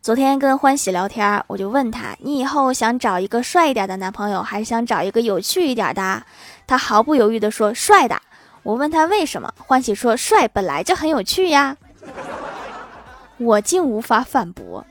昨天跟欢喜聊天，我就问他，你以后想找一个帅一点的男朋友，还是想找一个有趣一点的？他毫不犹豫地说帅的。我问他为什么，欢喜说帅本来就很有趣呀。我竟无法反驳，